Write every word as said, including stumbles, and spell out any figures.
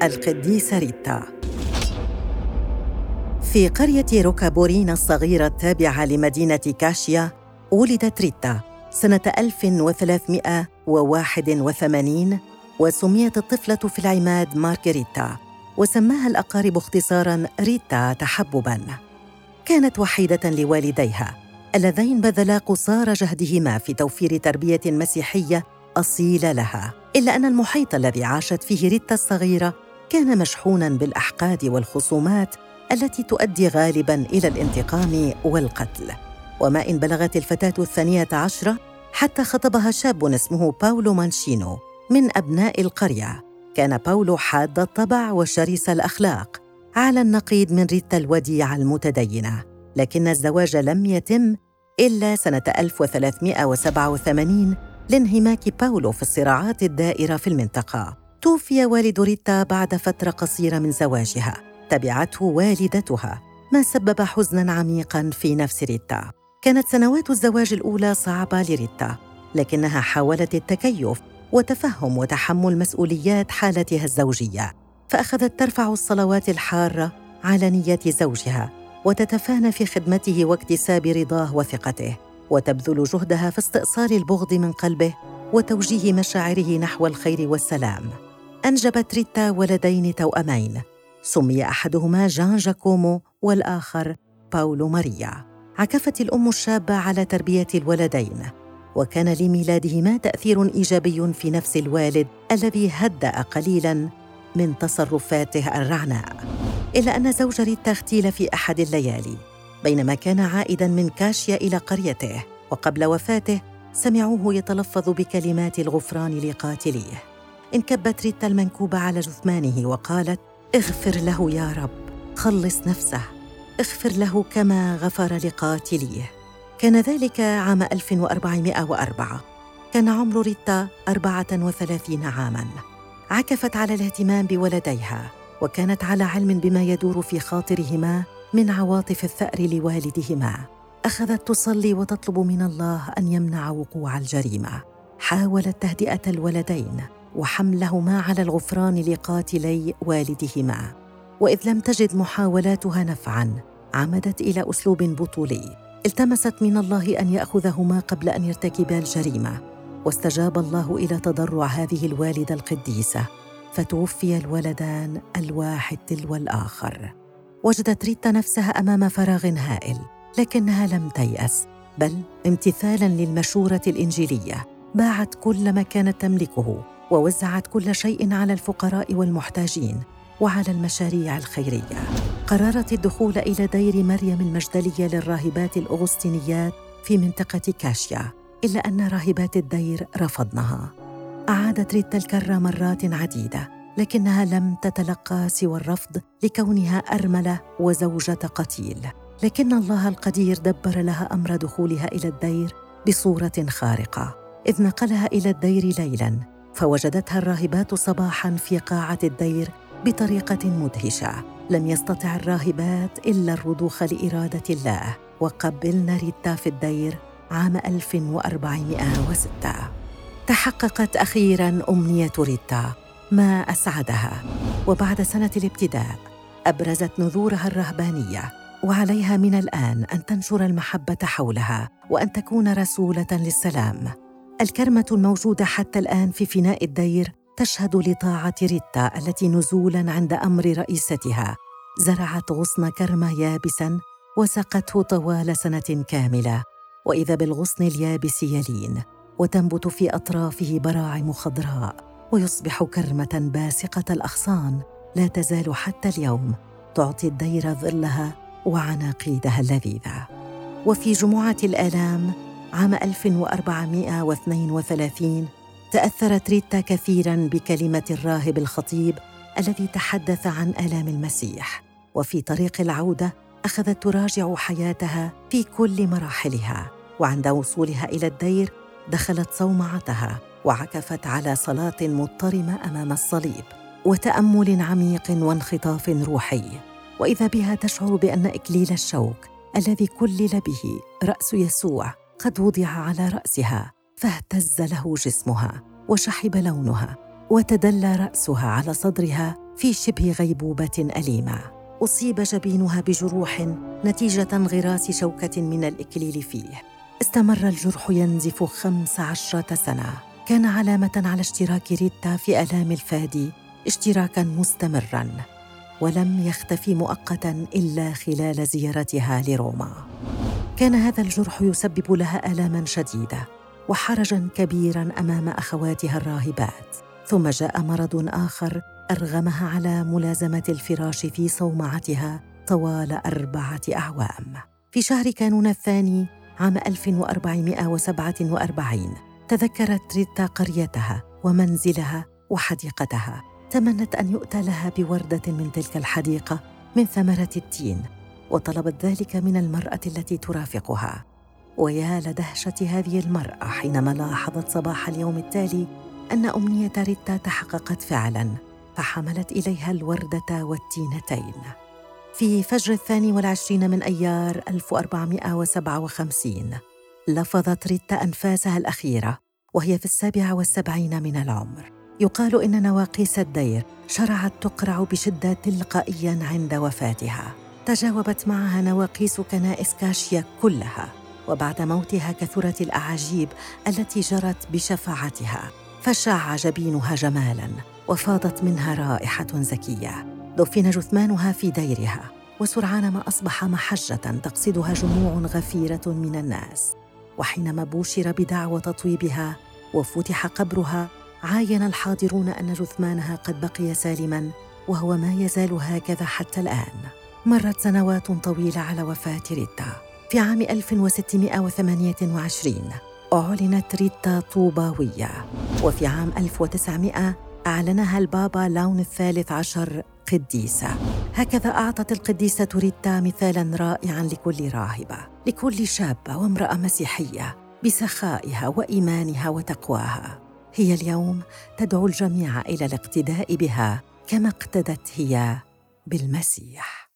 القديسة ريتا. في قرية روكابورينا الصغيرة التابعة لمدينة كاشيا ولدت ريتا سنة ألف وثلاثمائة وواحد وثمانين، وسميت الطفلة في العماد مارغريتا، وسماها الأقارب اختصاراً ريتا تحبباً. كانت وحيدة لوالديها اللذين بذلا قصارى جهدهما في توفير تربية مسيحية أصيلة لها، إلا أن المحيط الذي عاشت فيه ريتا الصغيرة كان مشحوناً بالأحقاد والخصومات التي تؤدي غالباً إلى الانتقام والقتل. وما إن بلغت الفتاة الثانية عشرة حتى خطبها شاب اسمه باولو مانشينو من أبناء القرية. كان باولو حاد الطبع وشرس الأخلاق، على النقيض من ريتا الوديعة المتدينة، لكن الزواج لم يتم إلا سنة ألف وثلاثمائة وسبعة وثمانين لانهماك باولو في الصراعات الدائرة في المنطقة. توفي والد ريتا بعد فترة قصيرة من زواجها، تبعته والدتها، ما سبب حزناً عميقاً في نفس ريتا. كانت سنوات الزواج الأولى صعبة لريتا، لكنها حاولت التكيف وتفهم وتحمل مسؤوليات حالتها الزوجية، فأخذت ترفع الصلوات الحارة على نية زوجها وتتفانى في خدمته واكتساب رضاه وثقته، وتبذل جهدها في استئصال البغض من قلبه وتوجيه مشاعره نحو الخير والسلام. أنجبت ريتا ولدين توأمين، سمي أحدهما جان جاكومو والآخر باولو ماريا. عكفت الأم الشابة على تربية الولدين، وكان لميلادهما تأثير إيجابي في نفس الوالد الذي هدأ قليلاً من تصرفاته الرعناء. إلا أن زوج ريتا اغتيل في أحد الليالي بينما كان عائداً من كاشيا إلى قريته، وقبل وفاته سمعوه يتلفظ بكلمات الغفران لقاتليه. انكبت ريتا المنكوبة على جثمانه وقالت: اغفر له يا رب، خلص نفسه، اغفر له كما غفر لقاتليه. كان ذلك عام ألف وأربعمائة وأربعة. كان عمر ريتا أربعة وثلاثين عاماً. عكفت على الاهتمام بولديها، وكانت على علم بما يدور في خاطرهما من عواطف الثأر لوالدهما. أخذت تصلي وتطلب من الله أن يمنع وقوع الجريمة. حاولت تهدئة الولدين وحملهما على الغفران لقاتلي والدهما، وإذ لم تجد محاولاتها نفعاً عمدت إلى أسلوب بطولي. التمست من الله أن يأخذهما قبل أن يرتكبا الجريمة، واستجاب الله إلى تضرع هذه الوالدة القديسة، فتوفي الولدان الواحد تلو الآخر. وجدت ريتا نفسها أمام فراغ هائل، لكنها لم تيأس، بل امتثالاً للمشورة الإنجيلية باعت كل ما كانت تملكه ووزعت كل شيء على الفقراء والمحتاجين وعلى المشاريع الخيرية. قررت الدخول إلى دير مريم المجدلية للراهبات الأغسطينيات في منطقة كاشيا، إلا أن راهبات الدير رفضنها. أعادت ريتا الكرة مرات عديدة، لكنها لم تتلقى سوى الرفض لكونها أرملة وزوجة قتيل. لكن الله القدير دبر لها أمر دخولها إلى الدير بصورة خارقة، إذ نقلها إلى الدير ليلاً، فوجدتها الراهبات صباحاً في قاعة الدير بطريقة مدهشة. لم يستطع الراهبات إلا الرضوخ لإرادة الله، وقبلن ريتا في الدير عام ألف وأربعمائة وستة. تحققت أخيراً أمنية ريتا، ما أسعدها، وبعد سنة الابتداء أبرزت نذورها الرهبانية، وعليها من الآن أن تنشر المحبة حولها وأن تكون رسولة للسلام. الكرمة الموجودة حتى الآن في فناء الدير تشهد لطاعة ريتا التي نزولاً عند أمر رئيستها زرعت غصن كرمة يابساً وسقته طوال سنة كاملة، وإذا بالغصن اليابس يلين وتنبت في أطرافه براعم خضراء، ويصبح كرمة باسقة الأغصان لا تزال حتى اليوم تعطي الدير ظلها وعناقيدها اللذيذة. وفي جمعة الآلام عام ألف وأربعمائة واثنين وثلاثين تأثرت ريتا كثيراً بكلمة الراهب الخطيب الذي تحدث عن آلام المسيح، وفي طريق العودة أخذت تراجع حياتها في كل مراحلها. وعند وصولها إلى الدير دخلت صومعتها وعكفت على صلاة مضطرمة أمام الصليب وتأمل عميق وانخطاف روحي، وإذا بها تشعر بأن إكليل الشوك الذي كلل به رأس يسوع قد وضع على رأسها، فاهتز له جسمها وشحب لونها، وتدلى رأسها على صدرها في شبه غيبوبة أليمة. أصيب جبينها بجروح نتيجة انغراس شوكة من الإكليل فيه. استمر الجرح ينزف خمس عشرة سنة. كان علامة على اشتراك ريتا في آلام الفادي اشتراكاً مستمراً، ولم يختفي مؤقتاً إلا خلال زيارتها لروما. كان هذا الجرح يسبب لها آلاماً شديدة وحرجاً كبيراً أمام أخواتها الراهبات. ثم جاء مرض آخر أرغمها على ملازمة الفراش في صومعتها طوال أربعة أعوام. في شهر كانون الثاني عام ألف وأربعمائة وسبعة وأربعين تذكرت ريتا قريتها ومنزلها وحديقتها. تمنت أن يؤتى لها بوردة من تلك الحديقة من ثمرة التين، وطلبت ذلك من المرأة التي ترافقها. ويا لدهشة هذه المرأة حينما لاحظت صباح اليوم التالي أن أمنية ريتا تحققت فعلاً، فحملت إليها الوردة والتينتين. في فجر الثاني والعشرين من أيار ألف وأربعمائة وسبعة وخمسين لفظت ريتا أنفاسها الأخيرة وهي في السابعة والسبعين من العمر. يقال إن نواقيس الدير شرعت تقرع بشدة تلقائياً عند وفاتها. تجاوبت معها نواقيس كنائس كاشيا كلها، وبعد موتها كثرت الأعاجيب التي جرت بشفاعتها، فشاع جبينها جمالاً وفاضت منها رائحة زكية. دفن جثمانها في ديرها، وسرعان ما أصبح محجة تقصدها جموع غفيرة من الناس. وحينما بوشر بدعوى تطويبها وفتح قبرها، عاين الحاضرون أن جثمانها قد بقي سالماً، وهو ما يزال هكذا حتى الآن. مرت سنوات طويلة على وفاة ريتا. في عام ألف وستمائة وثمانية وعشرين أعلنت ريتا طوباوية، وفي عام ألف وتسعمائة أعلنها البابا لاون الثالث عشر قديسة. هكذا أعطت القديسة ريتا مثالاً رائعاً لكل راهبة، لكل شابة وامرأة مسيحية، بسخائها وإيمانها وتقواها. هي اليوم تدعو الجميع إلى الاقتداء بها كما اقتدت هي بالمسيح.